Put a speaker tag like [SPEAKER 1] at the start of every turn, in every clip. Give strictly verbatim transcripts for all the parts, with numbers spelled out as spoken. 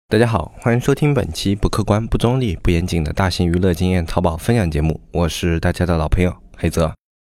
[SPEAKER 1] 大家好，欢迎收听本期不客观、不中立、不严谨的大型娱乐经验淘宝分享节目，我是大家的老朋友黑泽。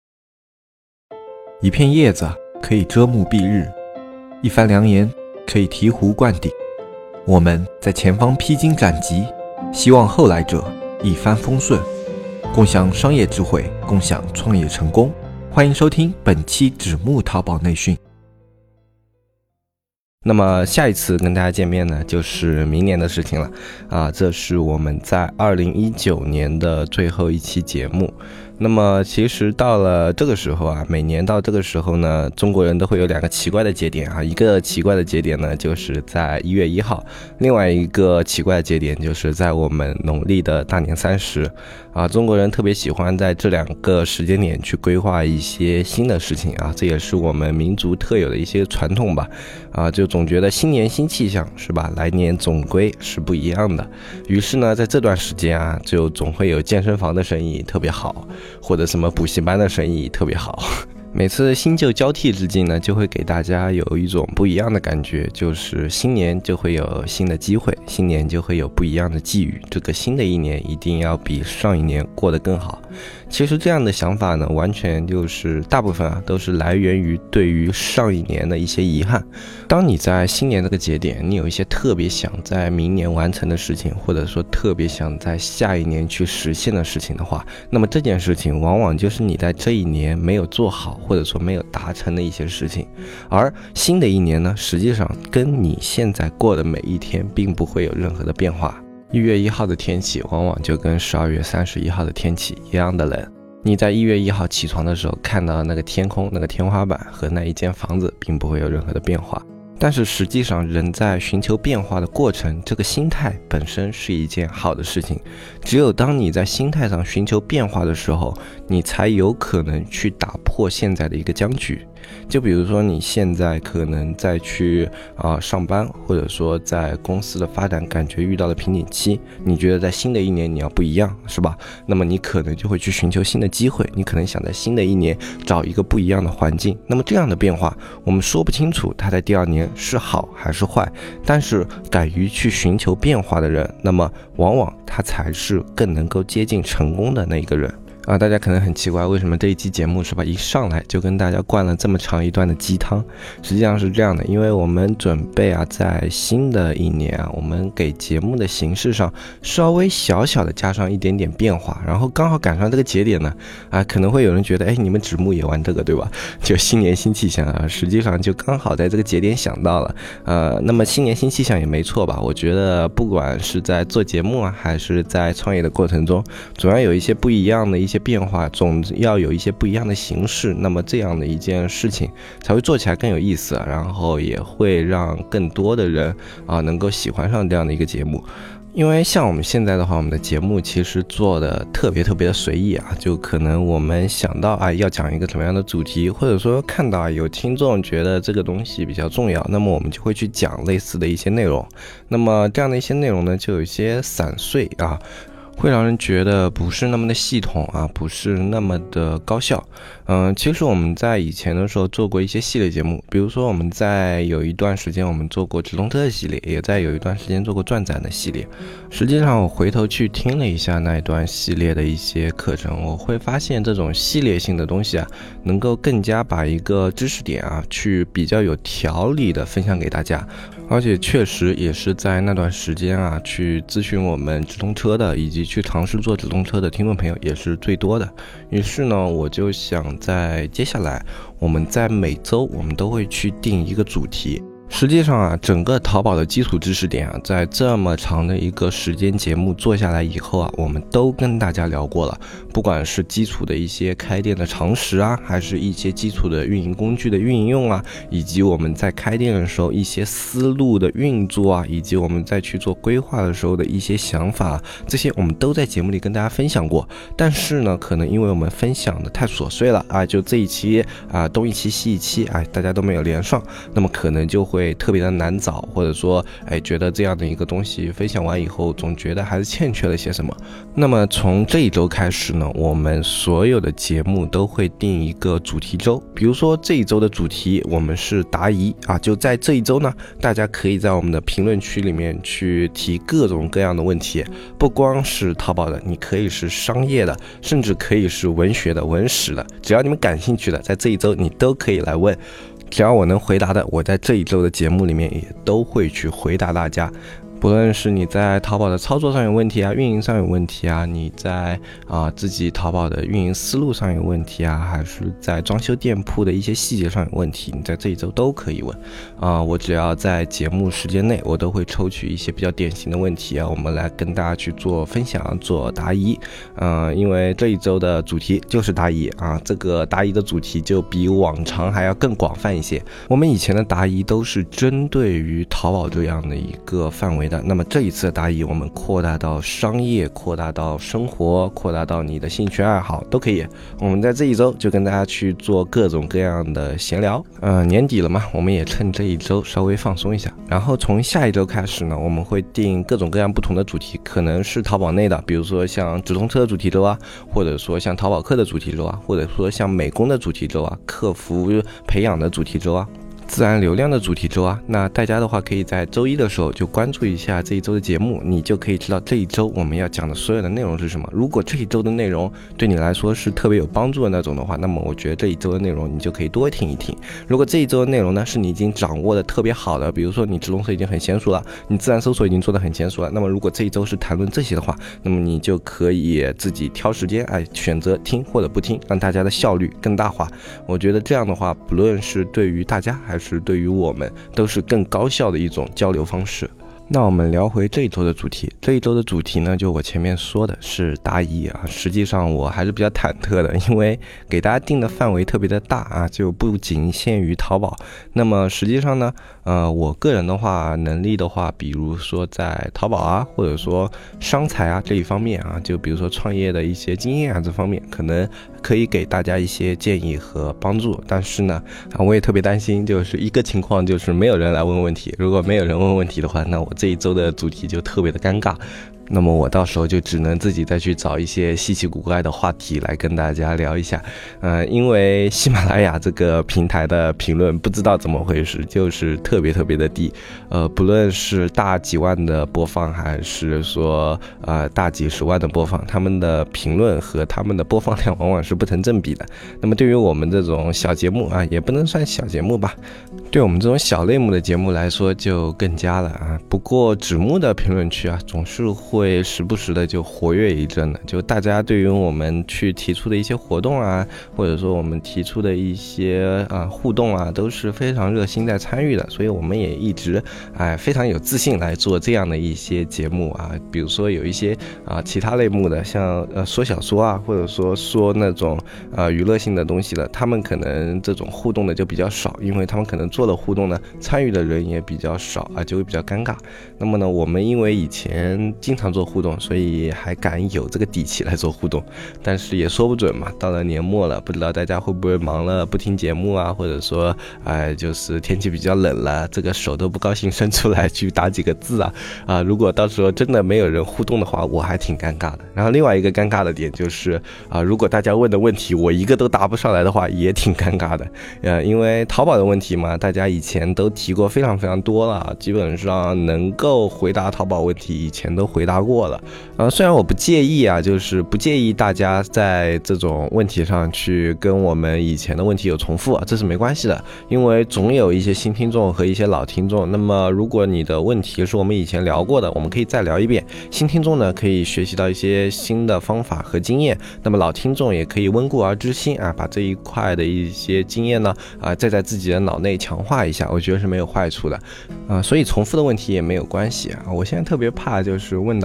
[SPEAKER 2] 一片叶子可以遮目蔽日，一番良言可以醍醐灌顶。我们在前方披荆斩棘，希望后来者一帆风顺，共享商业智慧，共享创业成功。欢迎收听本期纸木淘宝内训。
[SPEAKER 1] 那么下一次跟大家见面呢，就是明年的事情了啊！这是我们在二零一九年的最后一期节目。那么其实到了这个时候啊，每年到这个时候呢，中国人都会有两个奇怪的节点啊。一个奇怪的节点呢，就是在一月一号；另外一个奇怪的节点就是在我们农历的大年三十啊。中国人特别喜欢在这两个时间点去规划一些新的事情啊，这也是我们民族特有的一些传统吧啊，就总觉得新年新气象是吧？来年总归是不一样的。于是呢，在这段时间啊，就总会有健身房的生意特别好。或者什么补习班的生意特别好，每次新旧交替之际呢，就会给大家有一种不一样的感觉，就是新年就会有新的机会，新年就会有不一样的寄语，这个新的一年一定要比上一年过得更好。其实这样的想法呢，完全就是大部分啊都是来源于对于上一年的一些遗憾。当你在新年这个节点，你有一些特别想在明年完成的事情，或者说特别想在下一年去实现的事情的话，那么这件事情往往就是你在这一年没有做好，或者说没有达成的一些事情。而新的一年呢，实际上跟你现在过的每一天并不会有任何的变化。一月一号的天气往往就跟十二月三十一号的天气一样的冷。你在一月一号起床的时候看到那个天空、那个天花板和那一间房子并不会有任何的变化。但是实际上人在寻求变化的过程，这个心态本身是一件好的事情。只有当你在心态上寻求变化的时候，你才有可能去打破现在的一个僵局。就比如说你现在可能再去啊、呃、上班，或者说在公司的发展感觉遇到了瓶颈期，你觉得在新的一年你要不一样是吧？那么你可能就会去寻求新的机会，你可能想在新的一年找一个不一样的环境。那么这样的变化我们说不清楚它在第二年是好还是坏，但是敢于去寻求变化的人，那么往往他才是更能够接近成功的那一个人啊。大家可能很奇怪，为什么这一期节目是吧，一上来就跟大家灌了这么长一段的鸡汤？实际上是这样的，因为我们准备啊，在新的一年啊，我们给节目的形式上稍微小小的加上一点点变化，然后刚好赶上这个节点呢，啊，可能会有人觉得，哎，你们纸木也玩这个对吧？就新年新气象啊，实际上就刚好在这个节点想到了，呃，那么新年新气象也没错吧？我觉得不管是在做节目啊，还是在创业的过程中，总要有一些不一样的一些变化，总要有一些不一样的形式，那么这样的一件事情才会做起来更有意思，然后也会让更多的人啊能够喜欢上这样的一个节目。因为像我们现在的话，我们的节目其实做的特别特别的随意啊，就可能我们想到啊要讲一个什么样的主题，或者说看到啊有听众觉得这个东西比较重要，那么我们就会去讲类似的一些内容。那么这样的一些内容呢，就有一些散碎啊，会让人觉得不是那么的系统啊，不是那么的高效。嗯，其实我们在以前的时候做过一些系列节目，比如说我们在有一段时间我们做过直通车的系列，也在有一段时间做过转展的系列。实际上我回头去听了一下那一段系列的一些课程，我会发现这种系列性的东西啊，能够更加把一个知识点啊去比较有条理的分享给大家。而且确实也是在那段时间啊，去咨询我们直通车的以及去尝试做直通车的听众朋友也是最多的。于是呢，我就想在接下来我们在每周我们都会去定一个主题。实际上啊，整个淘宝的基础知识点啊，在这么长的一个时间节目做下来以后啊，我们都跟大家聊过了。不管是基础的一些开店的常识啊，还是一些基础的运营工具的运用啊，以及我们在开店的时候一些思路的运作啊，以及我们在去做规划的时候的一些想法，这些我们都在节目里跟大家分享过。但是呢，可能因为我们分享的太琐碎了啊，就这一期啊东一期西一期，哎，大家都没有连上，那么可能就会会特别的难找，或者说哎觉得这样的一个东西分享完以后总觉得还是欠缺了些什么。那么从这一周开始呢，我们所有的节目都会定一个主题周，比如说这一周的主题我们是答疑啊，就在这一周呢，大家可以在我们的评论区里面去提各种各样的问题，不光是淘宝的，你可以是商业的，甚至可以是文学的、文史的，只要你们感兴趣的，在这一周你都可以来问，只要我能回答的，我在这一周的节目里面也都会去回答大家。不论是你在淘宝的操作上有问题啊，运营上有问题啊，你在啊、呃、自己淘宝的运营思路上有问题啊，还是在装修店铺的一些细节上有问题，你在这一周都可以问啊、呃。我只要在节目时间内，我都会抽取一些比较典型的问题啊，我们来跟大家去做分享、做答疑。嗯、呃，因为这一周的主题就是答疑啊，这个答疑的主题就比往常还要更广泛一些。我们以前的答疑都是针对于淘宝这样的一个范围的，那么这一次的答疑我们扩大到商业，扩大到生活，扩大到你的兴趣爱好都可以。我们在这一周就跟大家去做各种各样的闲聊。呃，年底了嘛，我们也趁这一周稍微放松一下。然后从下一周开始呢，我们会定各种各样不同的主题，可能是淘宝内的，比如说像直通车的主题周啊，或者说像淘宝课的主题周啊，或者说像美工的主题周啊，客服培养的主题周啊，自然流量的主题周啊。那大家的话可以在周一的时候就关注一下这一周的节目，你就可以知道这一周我们要讲的所有的内容是什么。如果这一周的内容对你来说是特别有帮助的那种的话，那么我觉得这一周的内容你就可以多听一听。如果这一周的内容呢是你已经掌握的特别好的，比如说你直通车已经很娴熟了，你自然搜索已经做得很娴熟了，那么如果这一周是谈论这些的话，那么你就可以自己挑时间哎选择听或者不听，让大家的效率更大化。我觉得这样的话，不论是对于大家还是对于我们，都是更高效的一种交流方式。那我们聊回这一周的主题，这一周的主题呢，就我前面说的是答疑啊。实际上我还是比较忐忑的，因为给大家定的范围特别的大啊，就不仅限于淘宝。那么实际上呢，呃，我个人的话，能力的话，比如说在淘宝啊，或者说商财啊这一方面啊，就比如说创业的一些经验啊这方面，可能可以给大家一些建议和帮助。但是呢，啊，我也特别担心，就是一个情况就是没有人来问问题。如果没有人问问题的话，那我这一周的主题就特别的尴尬，那么我到时候就只能自己再去找一些稀奇古怪的话题来跟大家聊一下。呃，因为喜马拉雅这个平台的评论不知道怎么回事，就是特别特别的低，呃，不论是大几万的播放，还是说呃大几十万的播放，他们的评论和他们的播放量往往是不成正比的。那么对于我们这种小节目啊，也不能算小节目吧，对我们这种小类目的节目来说就更加了啊。不过纸木的评论区啊，总是会时不时的就活跃一阵的，就大家对于我们去提出的一些活动啊，或者说我们提出的一些啊互动啊，都是非常热心在参与的，所以我们也一直哎非常有自信来做这样的一些节目啊。比如说有一些啊其他类目的，像呃说小说啊，或者说说那种呃娱乐性的东西的，他们可能这种互动的就比较少，因为他们可能做的互动呢，参与的人也比较少啊，就会比较尴尬。那么呢，我们因为以前经常做互动，所以还敢有这个底气来做互动，但是也说不准嘛，到了年末了，不知道大家会不会忙了不听节目啊，或者说哎就是天气比较冷了，这个手都不高兴伸出来去打几个字啊啊！如果到时候真的没有人互动的话，我还挺尴尬的。然后另外一个尴尬的点就是啊，如果大家问的问题我一个都答不上来的话，也挺尴尬的。呃，因为淘宝的问题嘛，大家以前都提过非常非常多了，基本上能够回答淘宝问题以前都回答过了。呃，虽然我不介意啊，就是不介意大家在这种问题上去跟我们以前的问题有重复啊，这是没关系的，因为总有一些新听众和一些老听众。那么如果你的问题是我们以前聊过的，我们可以再聊一遍。新听众呢可以学习到一些新的方法和经验，那么老听众也可以温故而知新啊，把这一块的一些经验呢啊再在自己的脑内强化一下，我觉得是没有坏处的啊。所以重复的问题也没有关系啊。我现在特别怕就是问到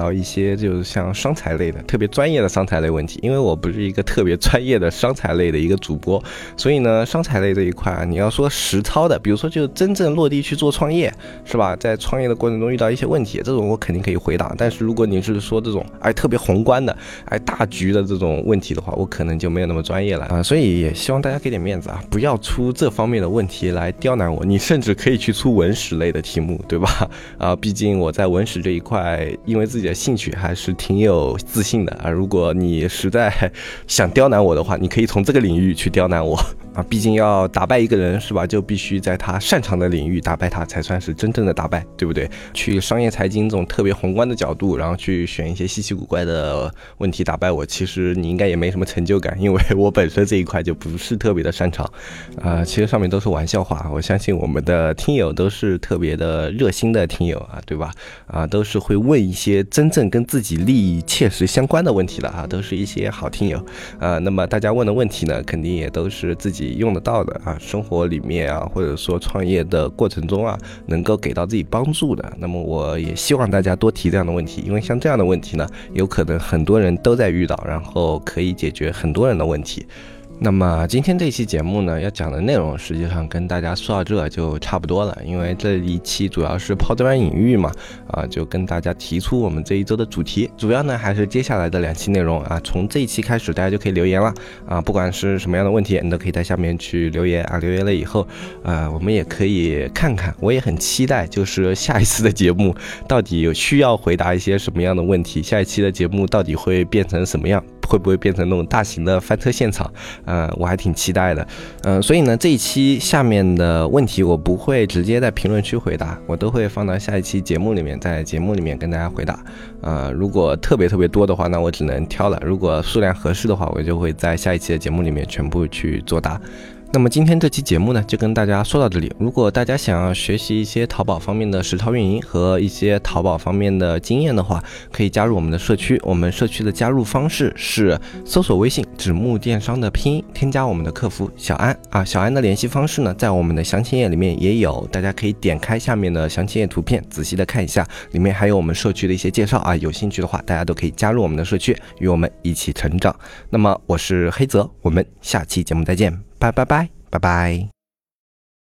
[SPEAKER 1] 到一些就是像商财类的特别专业的商财类问题，因为我不是一个特别专业的商财类的一个主播，所以呢商财类这一块你要说实操的，比如说就真正落地去做创业是吧，在创业的过程中遇到一些问题，这种我肯定可以回答。但是如果你是说这种哎特别宏观的哎大局的这种问题的话，我可能就没有那么专业了啊，所以也希望大家给点面子啊，不要出这方面的问题来刁难我。你甚至可以去出文史类的题目，对吧？啊，毕竟我在文史这一块因为自己的兴趣还是挺有自信的啊，如果你实在想刁难我的话，你可以从这个领域去刁难我啊，毕竟要打败一个人是吧，就必须在他擅长的领域打败他才算是真正的打败，对不对？去商业财经这种特别宏观的角度，然后去选一些稀奇古怪的问题打败我，其实你应该也没什么成就感，因为我本身这一块就不是特别的擅长啊、呃。其实上面都是玩笑话，我相信我们的听友都是特别的热心的听友啊，对吧？啊，都是会问一些真正跟自己利益切实相关的问题的啊，都是一些好听友啊。那么大家问的问题呢，肯定也都是自己用得到的啊，生活里面啊，或者说创业的过程中啊，能够给到自己帮助的。那么我也希望大家多提这样的问题，因为像这样的问题呢，有可能很多人都在遇到，然后可以解决很多人的问题。那么今天这期节目呢，要讲的内容实际上跟大家说到这就差不多了，因为这一期主要是抛砖引玉嘛，啊，就跟大家提出我们这一周的主题，主要呢还是接下来的两期内容啊，从这一期开始大家就可以留言了啊，不管是什么样的问题，你都可以在下面去留言啊，留言了以后，啊，我们也可以看看，我也很期待，就是下一次的节目到底有需要回答一些什么样的问题，下一期的节目到底会变成什么样。会不会变成那种大型的翻车现场？呃，我还挺期待的。嗯、呃，所以呢，这一期下面的问题我不会直接在评论区回答，我都会放到下一期节目里面，在节目里面跟大家回答。呃，如果特别特别多的话，那我只能挑了；如果数量合适的话，我就会在下一期的节目里面全部去作答。那么今天这期节目呢，就跟大家说到这里。如果大家想要学习一些淘宝方面的实操运营和一些淘宝方面的经验的话，可以加入我们的社区。我们社区的加入方式是搜索微信“指木电商”的拼音，添加我们的客服小安啊。小安的联系方式呢，在我们的详情页里面也有，大家可以点开下面的详情页图片，仔细的看一下，里面还有我们社区的一些介绍啊。有兴趣的话，大家都可以加入我们的社区，与我们一起成长。那么我是黑泽，我们下期节目再见。拜拜拜拜拜。